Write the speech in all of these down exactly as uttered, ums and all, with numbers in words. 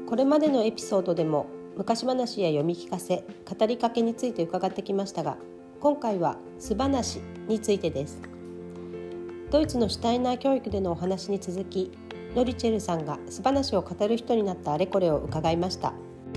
これまでのエピソードでも昔話や読み聞かせ、語りかけについて伺ってきましたが、今回は素話についてです。ドイツのシュタイナー教育でのお話に続き、ノリチェルさんが素話を語る人になったあれこれを伺いました。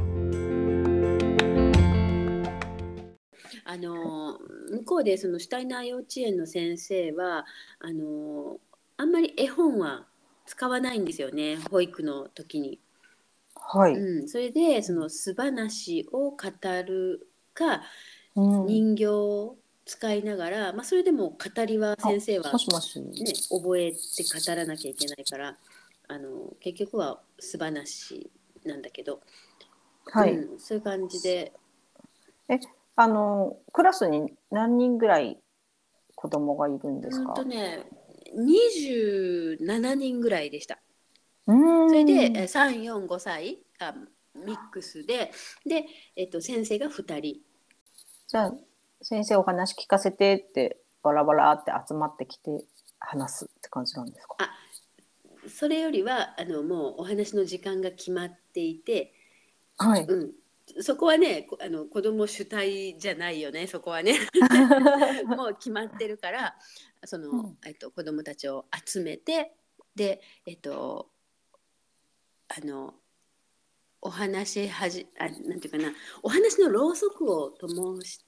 あの向こうでそのシュタイナー幼稚園の先生はあのあんまり絵本は使わないんですよね、保育の時に。 はい。 うん、それでその素話を語るか、 うん、 人形を使いながら、まあ、それでも語りは先生は、 もしもし。 ね、覚えて語らなきゃいけないから、あの結局は素話なんだけど、 はい。 うん、そういう感じで。 え、あのクラスに何人ぐらい子供がいるんですうんか？ とね、にじゅうななにんぐらいでした。 うーん。 それでえさん、よん、ごさいがミックスで、で、えっと、先生がふたり。 じゃあ先生お話聞かせてってバラバラって集まってきて話すって感じなんですか？ あ、それよりはあのもうお話の時間が決まっていて、 はい。 うん、そこはね、こあの子供主体じゃないよね、そこはね。もう決まってるから、その、 うんえっと、子供たちを集めて、で、えっと、あのお話はじあなんていうかな、お話のろうそくを灯して、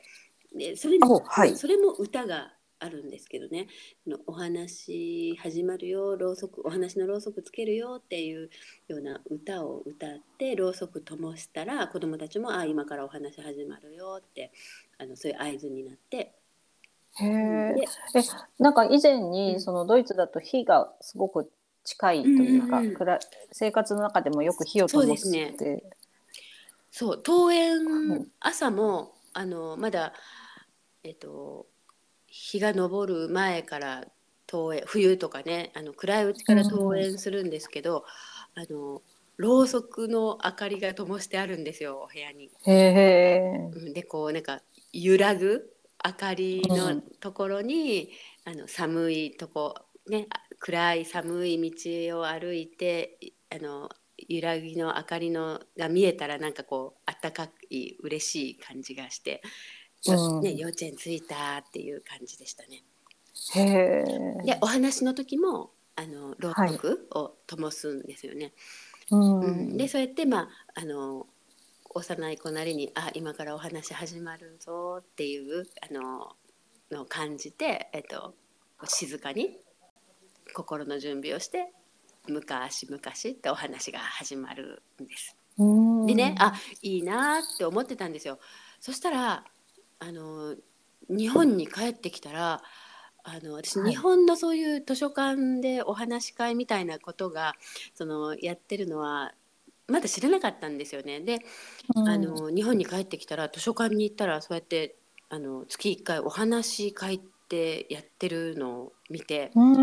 でそれに、 お、はい。 それも歌があるんですけどね、のお話始まるよ、ろうそくお話のろうそくつけるよっていうような歌を歌ってろうそく灯したら、子どもたちもあ今からお話始まるよってあのそういう合図になって。 へえ。 で、 え、なんか以前うんにそのドイツだと火がすごく近いというか、 うんうんうん、 くら生活の中でもよく火をそう灯ですね。 すって。 そう登園はい。 朝もあのまだえっと日が昇る前から登園、冬とかね、あの暗いうちから登園するんですけど、あのろうそくの明かりが灯してあるんですよ、お部屋に。 へえ。 うんでこうなんか揺らぐ明かりのうん。 ところに、あの寒いとこね、暗い寒い道を歩いて、あの揺らぎの明かりのが見えたら、なんかこうあったかい嬉しい感じがして、よ、ね、 うん。 幼稚園着いたっていう感じでしたね。 へで、 え。 お話の時もあのろうはい。 そくを灯すんですよね。 ううん、でん。 そうやってまああの幼い子なりに、あ今からお話始まるぞっていうあののを感じて、えっと、静かに心の準備をして、昔々ってお話が始まるんです。 うでね、 ん。 あいいなって思ってたんですよ。そしたらあの日本に帰ってきたら、あの私はい。 日本のそういう図書館でお話し会みたいなことがそのやってるのはまだ知らなかったんですよね。で、あうん。 の日本に帰ってきたら図書館に行ったら、そうやってあの月いっかいお話し会ってやってるのを見て、 うん。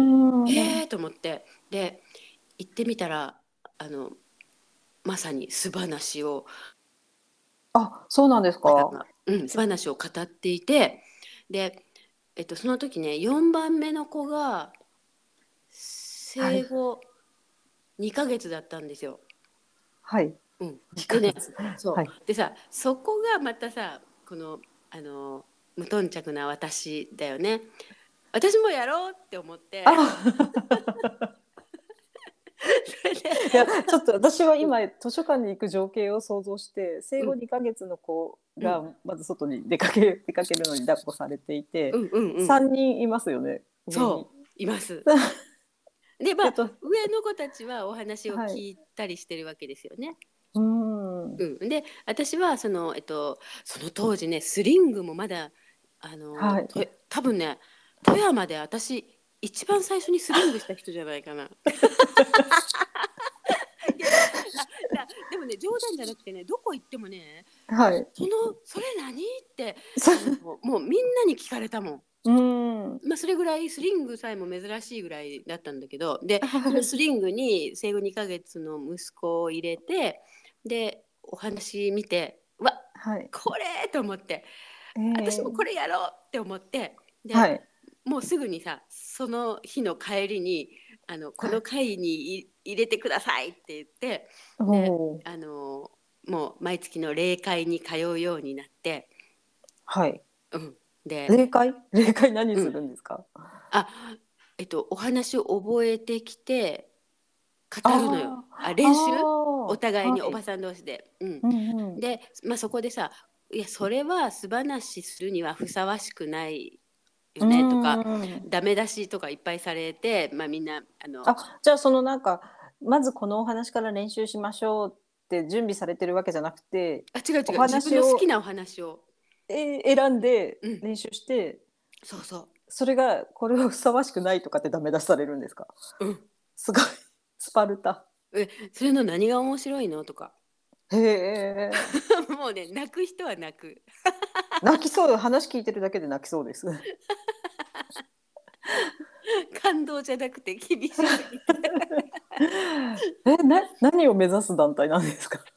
へえと思って、で行ってみたら、あのまさに素話をあ、そうなんですか？ 方が、うん、素話を語っていて、で、えっと、その時ねよんばんめの子がはい。 生後にかげつだったんですよ。 はい。 うん、 2 でね、 ヶ月。 そはい。 うでさ、そこがまたさ、このあの無頓着な私だよね。私もやろうって思って、 あ。 それで、 いや、ちょっと私は今図書館に行く情景を想像して、生後うんにかげつの子うんがまず外に出かけ出かけるのに抱っこされていて、 うんうんうん、 さんにんいますよね、上に。 そういます。でまあえっと、 上の子たちはお話をはい。 聞いたりしてるわけですよね。 うーん。 うん、で私はその、えっと、その当時ねスリングもまだあのはい。 と多分ね富山で私一番最初にスリングした人じゃないかな。いやでもあだでもね冗談じゃなくてね、どこ行ってもね、 はい。 そのそれ何ってあのもうみんなに聞かれたもん。 うーん。 まあ、それぐらいスリングさえも珍しいぐらいだったんだけど、でそはい。 のスリングに生後にかげつの息子を入れて、でお話見て、うわはい。 これと思って、 え私もこえ。 れやろうって思って、ではい。 もうすぐにさ、その日の帰りにあのこの会にい入れてくださいって言って、でおーあのもう毎月の例会に通うようになって、 はい。 うん、で、 霊界霊界何すうん、 るんですか？ あ、えっと、お話を覚えてきて語るのよ。 ああ、 あ、あ練習、おあ、 互いにはい。 おばさん同士で。うん、 うんうん。 で、まあ、そこでさ、いやそれは素話するにはふさわしくないうよねとか、 ーん。 ダメ出しとかいっぱいされて、まあ、みんなあのあ、じゃあそのなんか、まずこのお話から練習しましょうって準備されてるわけじゃなくて、 あ、違うお違う、自分の好き話を、 なお話を、 えー選んでうん、 練習して、 そうそそれがこれはふさわしくないとかってダメ出しされるんですか？ う、うん、 すごい。スパルタ。 え、それの何が面白いのとか、 へえ。 もうね、泣く人は泣く。 泣きそう。話聞いてるだけで泣きそうです。 感動じゃなくて厳しすぎて。 え、な何を目指す団体なんですか？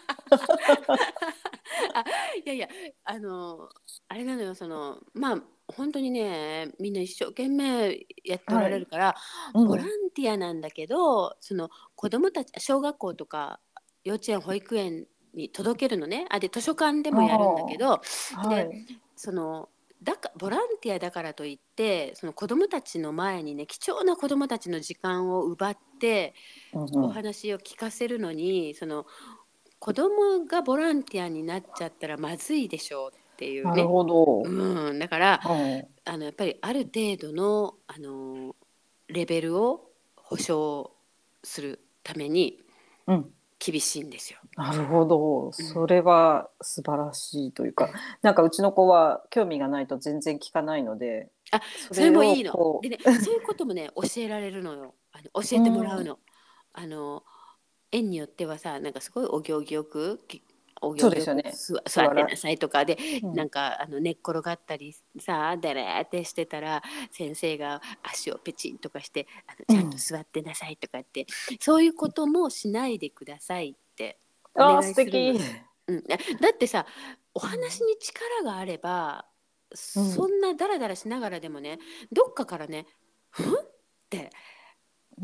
あ、いやいや、あの、あれなのよ、その、まあ、本当にね、みんな一生懸命やっておらはい。 れるから、ボラうん。 ンティアなんだけど、その子供たち、小学校とか幼稚園、保育園に届けるのね。あ、で、図書館であもやるんだけど、 あ、はで、 い。 その、だかボランティアだからといってその子供たちの前にね、貴重な子供たちの時間を奪っておうんうん。 話を聞かせるのに、その子供がボランティアになっちゃったらまずいでしょうっていうなるね。 ほど。 うん、だからうん。 あのやっぱりある程度のあのレベルを保証するためにうん。 厳しいんですよ。 なるほど。 うん、 それは素晴らしいというか、 うん、 なんかうちの子は興味がないと全然聞かないので、 あ、それそれをもいいの。でこね、そういうこともね、教えられるのよ。あの教う、 えてもらうん、 うの。あの園によってはさ、なんかすごいお行儀よくきおそう行儀よくですよね。 す座座ら、 ってなさいとかで、 うん、 なんかあの寝っ転がったりさ、だらーってしてたら先生が足をペチンとかしてあのちゃんとうん。 座ってなさいとかって、そういうこともしないでくださいっておああ、 願い素敵。 するのよ。うん、だだってさ、おうん、 話に力があればうん、 そんなダラダラしながらでもね、どっかからね、ふんってうん。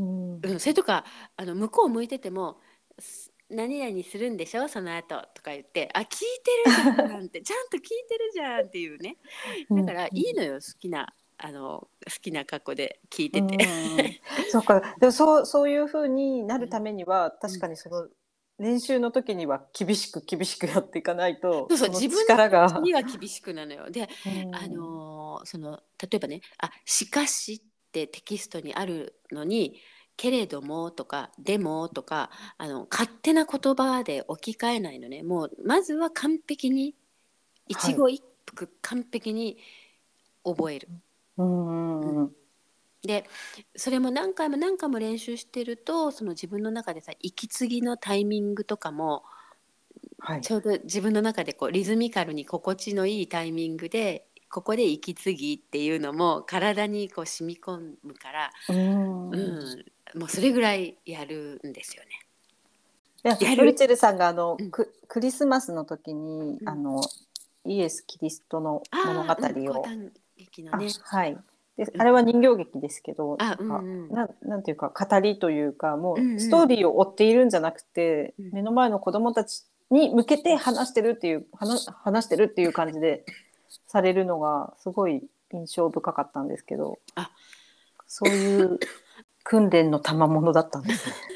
うん、それとかあの向こう向いてても「す何々するんでしょその後」とか言って「あ聞いてるじゃん」って「ちゃんと聞いてるじゃん」っていうね。 うん、 だからいいのよ、好きなあの好きな格好で聞いうてて。 ん、うん。そうか。でもそう、そういう風になるたうんめには、確うん、 かにその練習の時には厳しく厳しくやっていかないと、 そうそう、 その自分た力が、 ちには厳しくなのよ。で、 うあん、 のーその例えばね「あしかし」ってテキストにあるのに「けれども」とか「でも」とかあの勝手な言葉で置き換えないのね。もうまずは完璧にはい。 一語一句完璧に覚える。 ううん、 ん、うん、 でそれも何回も何回も練習してるとその自分の中でさ息継ぎのタイミングとかもはい。 ちょうど自分の中でこうリズミカルに心地のいいタイミングでここで息継ぎっていうのも体にこう染み込むから、 ううん。 ん、もうそれぐらいやるんですよね。 いや、 やる、 ノリチェルさんがあの、 うん、 ククリスマスの時に、 うん、 あの、イエス・キリストの物語ああ、うん、講を、 談劇のあ、 ね、 はい。で、 うん、 あれは人形劇ですけど、 あ、 なんか、 うんうん、 なん、なんていうか、語りというか、もうんう、ストーうん、 リーを追っているんじゃなくて、 うん、 目の前の子供たちに向けて話してるっていう、話、話してるっていう感じでされるのが、すごい印象深かったんですけど、 あ、 そういう訓練の賜物だったんですね。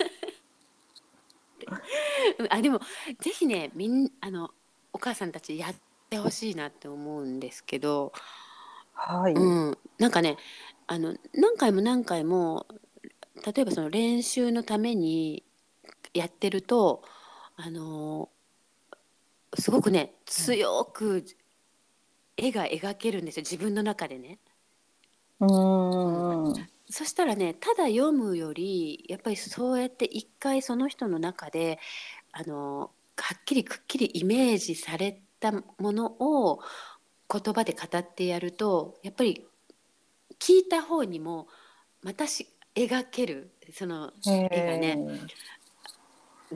うん、あ、でもぜひね、みんあのお母さんたちやってほしいなって思うんですけど、 はい。 うん、なんかね、あの何回も何回も例えばその練習のためにやってると、あのすごくね強く絵が描けるんですよ、自分の中でね。 ううん、 ーん。 そしたらね、ただ読むよりやっぱりそうやって一回その人の中であのはっきりくっきりイメージされたものを言葉で語ってやるとやっぱり聞いた方にもまたし描けるそのへ絵がね。 え。 うん、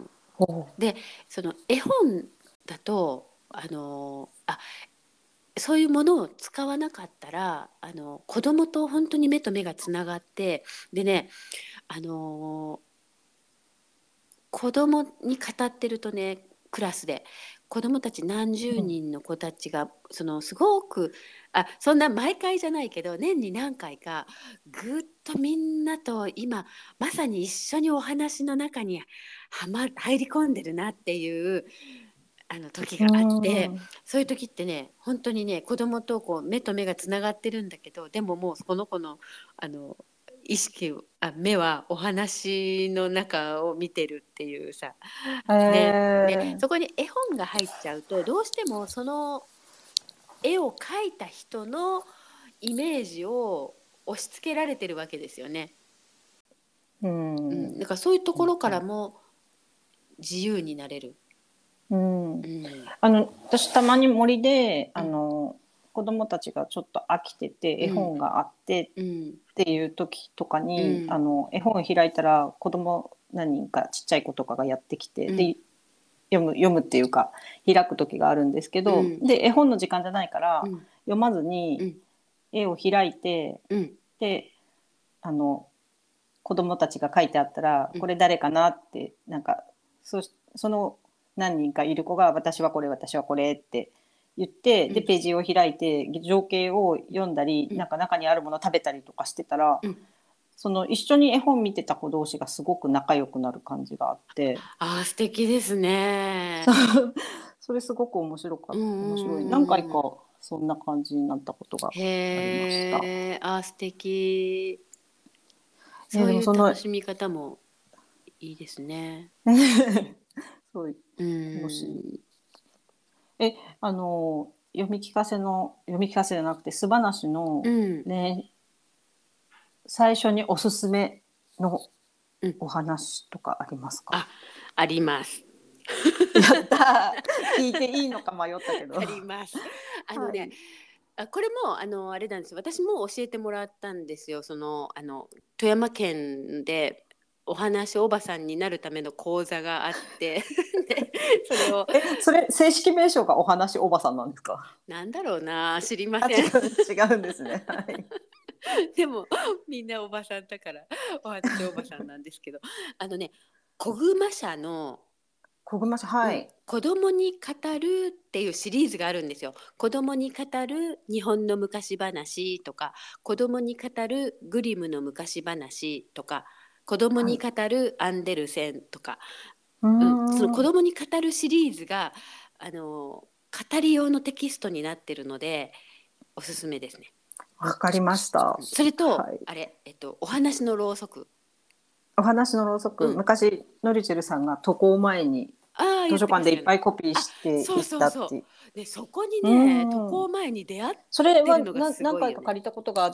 ほでその絵本だとあのあそういうものを使わなかったらあの子供と本当に目と目がつながって、でね、あの子供に語ってるとね、クラスで子供たち何十人の子たちがそのすごく、あそんな毎回じゃないけど年に何回かぐっとみんなと今まさに一緒にお話の中にはま入り込んでるなっていうあの時があって、そういう時ってね本当にね子供とこう目と目がつながってるんだけど、でももうこの子のあの意識をあ目はお話の中を見てるっていうさ、 へね、でえ。 そこに絵本が入っちゃうとどうしてもその絵を描いた人のイメージを押し付けられてるわけですよね。 ううん、 ん。 だからそういうところからも自由になれる。 うん。 うんあの私たまに森でうんあの子供たちがちょっと飽きてて絵本があってうんっていう時とかに、 うんあの絵本を開いたら子供何人かちっちゃい子とかがやってきて、 うんで読む読むっていうか開く時があるんですけど、 うんで絵本の時間じゃないからうん読まずうにん絵を開いて、 うんであの子供たちが書いてあったら、 うんこれ誰かなってなんか そ, その何人かいる子が私はこれ私はこれって言って、でうんページを開いて情景を読んだり、 うんなんか中にあるもの食べたりとかしてたら、 うんその一緒に絵本見てた子同士がすごく仲良くなる感じがあって、 あー素敵ですね。 そうそれすごく面白かうん面白い。 うん何回かうんそんな感じになったことがありました。 へえ、あー素敵。 えーそういうでもその楽しみ方もいいですね。 そうう楽しんい。え、あの読み聞かせの読み聞かせじゃなくて素話のうんね、最初におすすめのうんお話とかありますか？ あ、あります。 やったー、聞いていいのか迷ったけど。 あります。あのね、 はい。 あこれもあのあれなんですよ。私も教えてもらったんですよ。そのあの富山県でお話おばさんになるための講座があってでそれをえ、それ正式名称がお話おばさんなんですか？ なんだろうな、知りまあ、違せん。 う違うんですね。はい。 でもみんなおばさんだからお話おばさんなんですけど、あのね、小熊社の小熊さん、 うん、 はい。 子供に語るっていうシリーズがあるんですよ。子供に語る日本の昔話とか、子供に語るグリムの昔話とか、子供はい。 に語るアンデルセンとか、 うーうん、その子ん。 供に語るシリーズがあの語り用のテキストになってるのでおすすめですね。 わかりました。 それと、 はい。 あれ、えっと、お話のろうそく。 お話のろうそく、 うん。 昔のりちるさんが渡航前にああ、言っ図書てましたよね。 館でいっぱいコピーあ、 してそういっそうそたって。 う。で、そこにうね、渡ん。 航前に出会っそれはてるのがす何何回ごいよね。 か借りたことがあって、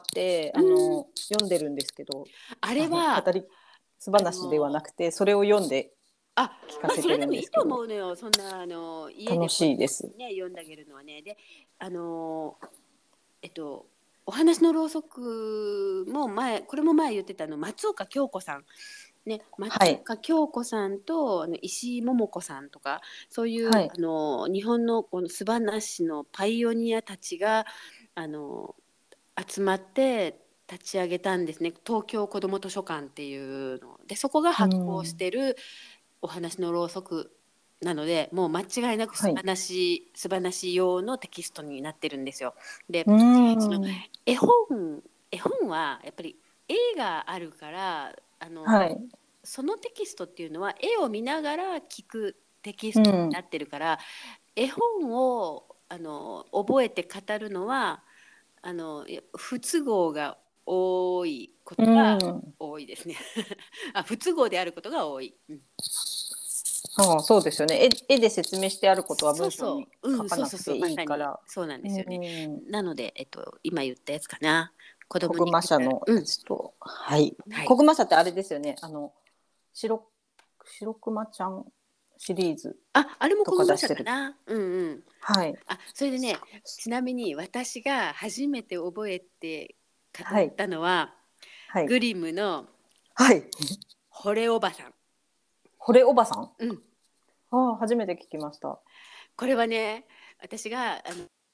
うん。 あの読んでるんですけど、 ああれは、 の語り素あ話ではなの、 くて、それを読んであ、まあ、 聞かせてそれでもいいとるんですけど、 思うのよ。そんな、あの、家で楽こう、 しいです。 ね、読んであげるのはね。で、あの、えっと、お話のろうそくも前、これも前言ってたあの松岡京子さん。ね、 はい。 松岡京子さんとあの石井桃子さんとかそういうはい。 あの日本のこの素話のパイオニアたちがあの集まって立ち上げたんですね、東京子ども図書館っていうので、そこがう発行しん。 てるお話のろうそくなので、もう間違いなく素はい。 話素話用のテキストになってるんですよ。で、 うそのん。 絵本絵本はやっぱり絵があるからあのはい。 そのテキストっていうのは絵を見ながら聞くテキストにうん。 なってるから、絵本をあの覚えて語るのはあの不都合が多いこうとがん。 多いですね。あ、不都合であることが多い。うん、 ああ、そうですよね。絵、絵で説明してあることはそう文章にそう、うん、 書かそうそうそう、 なくていいまさにから。 そうなんですよね。 うん。 なので、えっと、今言ったやつかな。子小供に語る。 熊社のうん、 やつと、はい。 はい。 小熊社ってあれですよね。あの、白、白熊ちゃんシリーズあ、あれもと子熊か出してる。 社かな。うんうん。 はい。 あ、それでね、ちなみに私が初めて覚えて語っはい。 たのは、 はい。 グリムのはい。 惚れおばさん。 これおばさん。 うん。 ああ、初めて聞きました。 これはね、私があの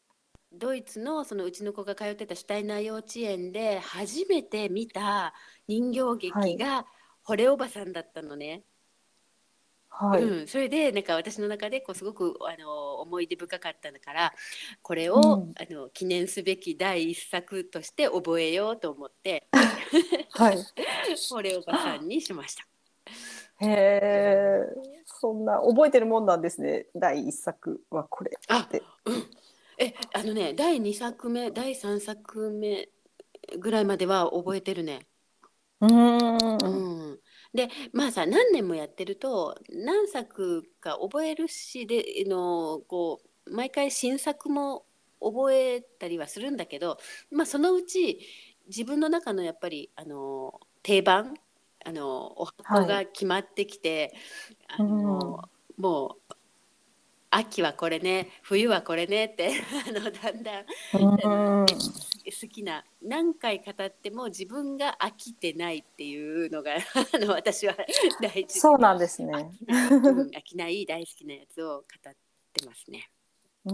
ドイツのそのうちの子が通ってたシュタイナー幼稚園で初めて見た人形劇が惚れおばさんだったのね。 はい。 うん、それでなんか私の中でこうすごくあの思い出深かったからこれを、 うんあの記念すべき第一作として覚えようと思ってはい。 惚れおばさんにしました。 へえ、そんな覚えてるもんなんですね。第一作はこれあって。 うんえあのねだいにさくめだいさんさくめぐらいまでは覚えてるね。 うー。 うんん、でまあさ何年もやってると何作か覚えるしであのこう毎回新作も覚えたりはするんだけど、まあ、そのうち自分の中のやっぱりあの定番あのお箱はい。 が決まってきて、あうのん。 もう秋はこれね冬はこれねってあのだんだんうあの、 ん。 ね、好きな何回語っても自分が飽きてないっていうのがあの私は大事でそうなんです飽ね。 きない、うん、飽きない大好きなやつを語ってますね。 うん。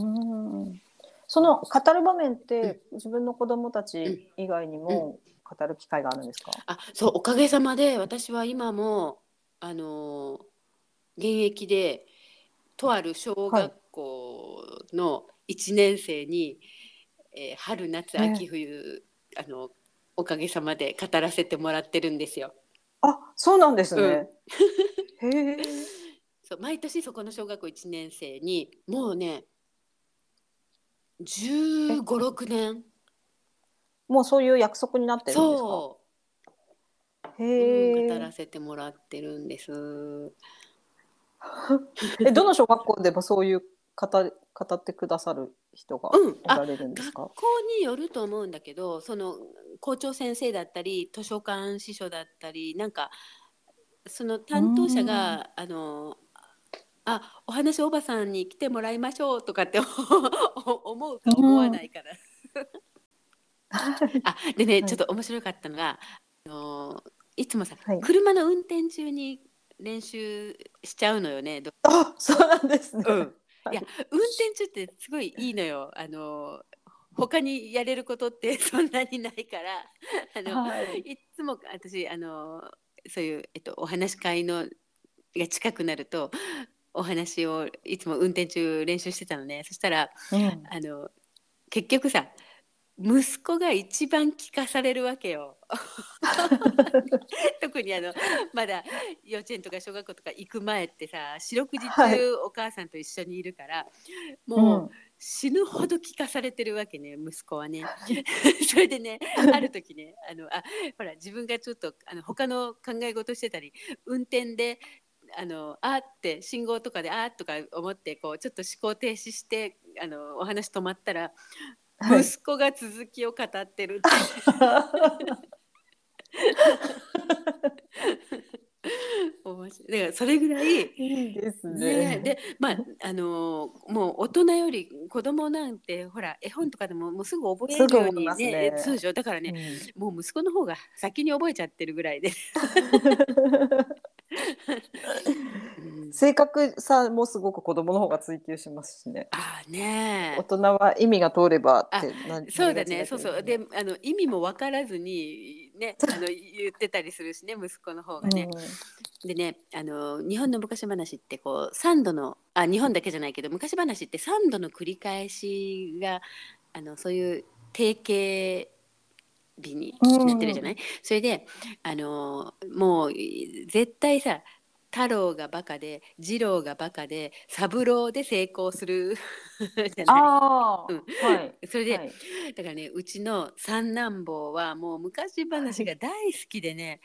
その語る場面っうんて自分の子供たちうん以外にうんも語る機会があるんですか？ あそうおかげさまで私は今もあの現役でとある小はい。 学校のいちねん生に、えー春夏秋え、 冬あのおかげさまで語らせてもらってるんですよ。 あ、そうなんですうん、 ね。へえ。 そう毎年そこの小学校いちねん生にもうねじゅえ、 うご、ろくねんもうそういう約束になってるんですか？ そへう、うん、語え。 らせてもらってるんです。 え、どの小学校でもそういう語り語ってくださる人がうん、あおられるんです学か？ 校によると思うんだけどその校長先生だったり図書館司書だったりなんかそのうー担当者ん。 があのあお話おばさんに来てもらいましょうとかって思ううか思わーん。 ないからあでねはい。 ちょっと面白かったのがあのいつもさはい。 車の運転中に練習しちゃうのよね。どあ、そうなんですね。 うん、いやはい。 運転中ってすごいいいのよ。あの他にやれることってそんなにないからあのはい。 いっつも私あのそういう、えっと、お話し会のが近くなるとお話をいつも運転中練習してたのね。そしたらうん。 あの結局さ息子が一番聞かされるわけよ。特にあのまだ幼稚園とか小学校とか行く前ってさ四六時はい。 中お母さんと一緒にいるからもううん。 死ぬほど聞かされてるわけね息子はね。それでねある時ねあのあほら自分がちょっとあの他の考え事してたり運転であのあーって信号とかであーとか思ってこうちょっと思考停止してあのお話止まったらはい。 息子が続きを語ってるって面白いだからそれぐらいいいですねえね。 でまああのーもう大人より子供なんてほら絵本とかでももうすぐ覚えるようすぐ思いにねますね。 そうでしょだからねうん。 もう息子の方が先に覚えちゃってるぐらいで、うん、 正確さもすごく子供の方が追求しますしね。 ああねえ大人は意味が通ればっあ、 てななそうだね。 りがちだそうそう。で、 けれども。 あの意味も分からずにね、あの言ってたりするしね、息子の方がね。 うん。 でね、あの日本の昔話ってこう三度のあ日本だけじゃないけど昔話って三度の繰り返しがあのそういう定型日にうなってるじゃない。 ん。 それであのもう絶対さ。太郎がバカで次郎がバカで三郎で成功するじゃない。 ああ、 うん、 はい。 それではい。 だからねうちの三男坊はもう昔話がはい。 大好きでね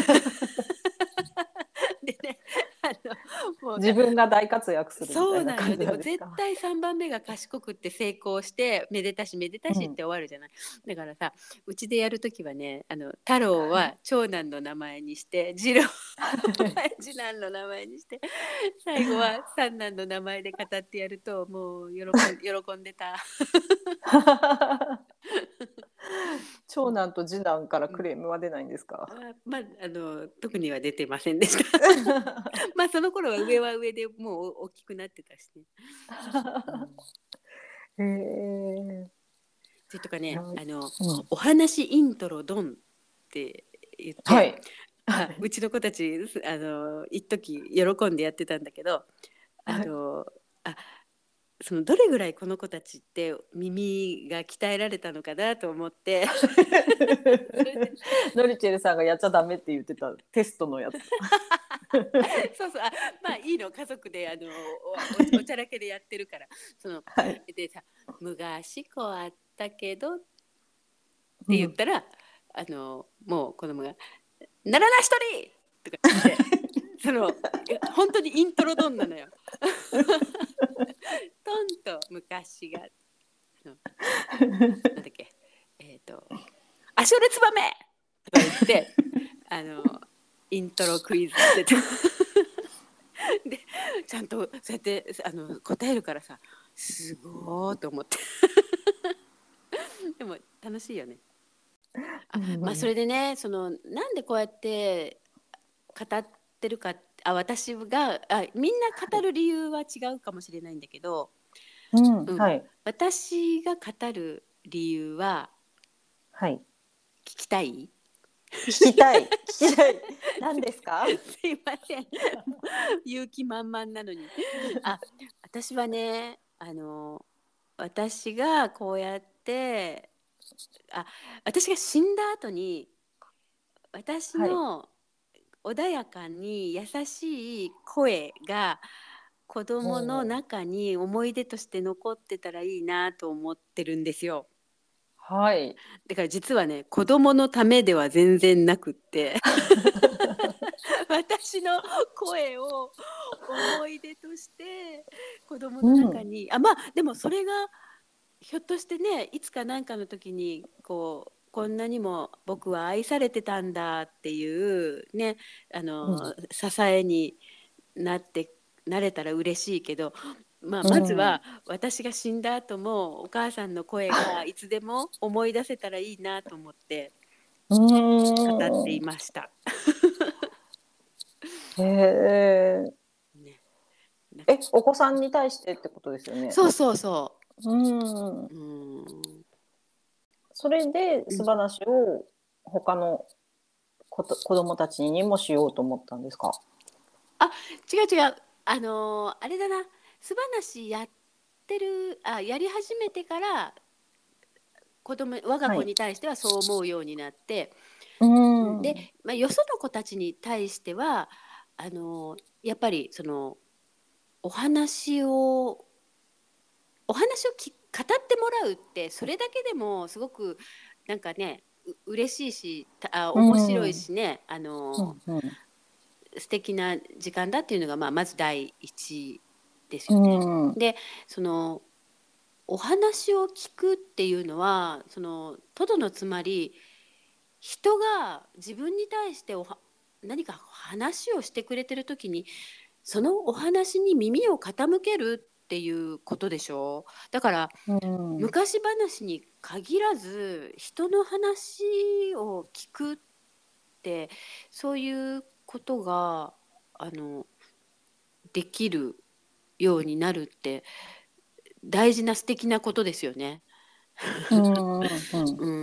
でねあのもうさ自分が大活躍するみたいな感じそうなんよでなんですか？ も絶対さんばんめが賢くって成功してめでたしめでたしってうん。 終わるじゃない。だからさうちでやるときはねあの太郎は長男の名前にして次郎は次男の名前にして最後は三男の名前で語ってやるともう喜ん喜んでた。 長男と次男からうんクレームは出ないんですか？ あまあ、あの特には出てませんでした。まあその頃は上は上でもう大きくなってたしね。うん、 へえ。 それとかね、 はいあの、 うんお話イントロドンって言って、 はい。 あうちの子たちあの一時喜んでやってたんだけど、あのあそのどれぐらいこの子たちって耳が鍛えられたのかなと思ってノリチェルさんがやっちゃダメって言ってたテストのやつ。 そうそう、あまあいいの、家族であのおおおちゃらけでやってるから、そのはい。 でさ「昔こうあったけど」って言ったら、あのもう子供が「ならな一人!」とか言ってそのいや本当にイントロドンなのよ。トンと昔があのなんだっけえっ、と「足折れツバメ!」とか言ってあのイントロクイズしてた。でちゃんとそうやってあの答えるからさ、すごーと思って。でも楽しいよね。あまあそれでね、そのなんでこうやって語ってるか、あ私があみんな語る理由は違うかもしれないんだけど、 うんうん、 はい私が語る理由ははい。 聞きたい。 聞きたい聞きたい。何ですか？ すいません。勇気満々なのに。あ、私はね、あの私がこうやってあ私が死んだ後に私はい。 の穏やかに優しい声が子供の中に思い出として残ってたらいいなと思ってるんですよ。 はい。 だから実はね、子供のためでは全然なくって私の声を思い出として子供の中に、あまあでもそれがひょっとしてね、いつか何かの時にこうこんなにも僕は愛されてたんだっていうね、あの、支えになってなれたら嬉しいけど、まあ、まずは私が死んだ後もお母さんの声がいつでも思い出せたらいいなと思ってう語ってん。 いました。 へえ。 ね、なんかえ、お子さんに対してってことですよね。 そうそうそうん。 う。うん。 それで素話を他のこと子供たちにもしようと思ったんですか？ あ、違う違う。あのーあれだな。素話やってる、あ、やり始めてから子供、我がはい。 子に対してはそう思うようになって、 ううんで、 ん。 まあ、よその子たちに対しては、あのーやっぱりそのお話をお話をき語ってもらうってそれだけでもすごくなんかね、う嬉しいし、たあう面白いん。 しね、あのうん。 素敵な時間だっていうのが、まあ、まず第一ですうよね。 ん。 でそのお話を聞くっていうのはそのとどのつまり人が自分に対しておは何か話をしてくれてる時にそのお話に耳を傾けるっていうことでしょ。だからうん。 昔話に限らず人の話を聞くってそういうことがあのできるようになるって大事な素敵なことですよね。 うん。うん。 うん、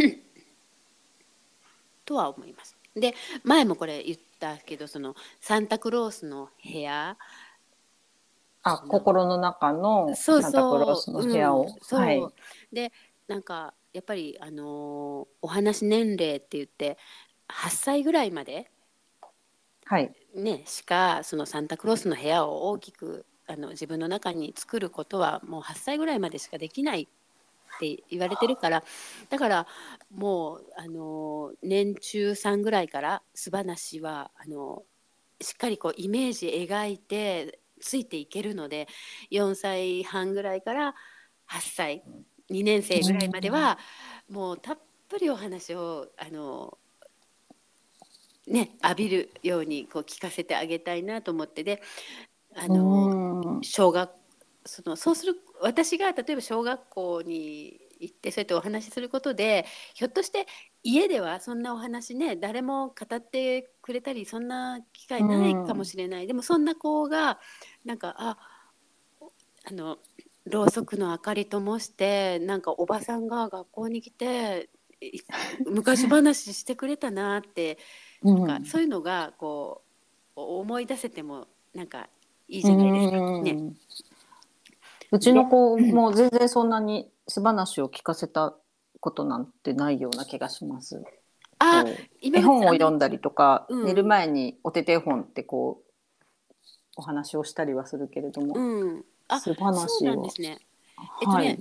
とは思います。で前もこれ言ったけどそのサンタクロースの部屋あ、 あの心の中のそうサンタクローそスのう、うん、 部屋を。はい。 そうでなんかやっぱりあのーお話年齢って言ってはっさいぐらいまではい。 ねしかそのサンタクロースの部屋を大きくあの自分の中に作ることはもうはっさいぐらいまでしかできないって言われてるから、だからもうあの年中さんぐらいから素話はあのしっかりこうイメージ描いてついていけるので、よんさいはんぐらいからはっさいにねん生ぐらいまではもうたっぷりお話をあのね浴びるようにこう聞かせてあげたいなと思って、であうのん。 小学そのそうする私が例えば小学校に行ってそうやってお話しすることでひょっとして家ではそんなお話ね誰も語ってくれたりそんな機会ないかもしれない、でもそんな子がなんかああのろうそくの明かり灯してなんかおばさんが学校に来てい昔話してくれたなってうんなんかそういうのがこう思い出せてもなんかいいじうゃないですか。ね。 んうちの子も全然そんなに素話を聞かせたことなんてないような気がします。 あ、 こう今絵本をあの読んだりとか、 うん寝る前にお手手本ってこうお話をしたりはするけれども、 うん、あ、 素そうなんで話はすね。えっとね、 はい。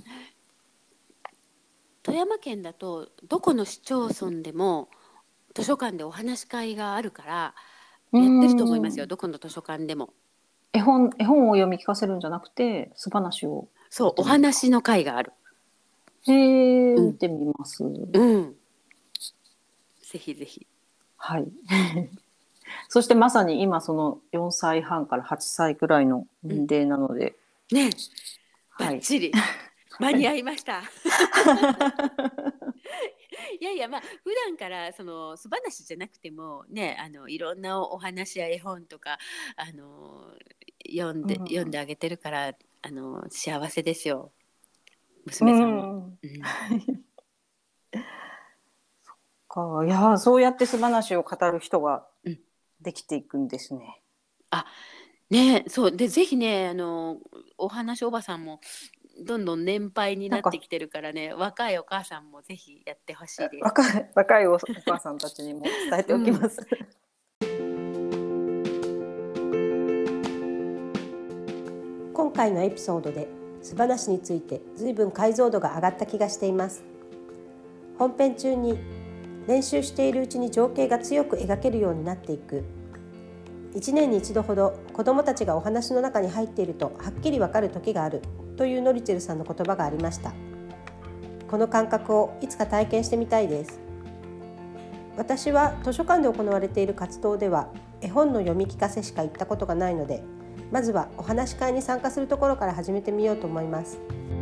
富山県だとどこの市町村でも図書館でお話し会があるからうやってると思いますよ。 ん。 どこの図書館でも。 絵本絵本を読み聞かせるんじゃなくて素話をそう、おやってるんですか。 話の会がある。 へえ、 うん、 見てみます。 うん、ぜひぜひ。 はい。そしてまさに今そのよんさいはんからはっさいくらいの年齢なので、 ね、バはい。 ッチリ間に合いました。いやいや、まあ普段からその素話じゃなくてもね、あのいろんなお話や絵本とかあの読んで、 うん読んであげてるからあの幸せですよ、 う娘さんも。 ん。 うん、 か、いや、そうやって素話を語る人がうんできていくんですね。 あ、ね、そうでぜひね、あのお話おばさんもどんどん年配になんかなってきてるからね、若いお母さんもぜひやってほしいです。 若い若いお、お母さんたちにも伝えておきます。 今回のエピソードで素話について随分解像度が上がった気がしています。本編中に練習しているうちに情景が強く描けるようになっていく、いちねんに一度ほど子どもたちがお話の中に入っているとはっきりわかる時があるというノリチェルさんの言葉がありました。この感覚をいつか体験してみたいです。私は図書館で行われている活動では絵本の読み聞かせしか行ったことがないので、まずはお話し会に参加するところから始めてみようと思います。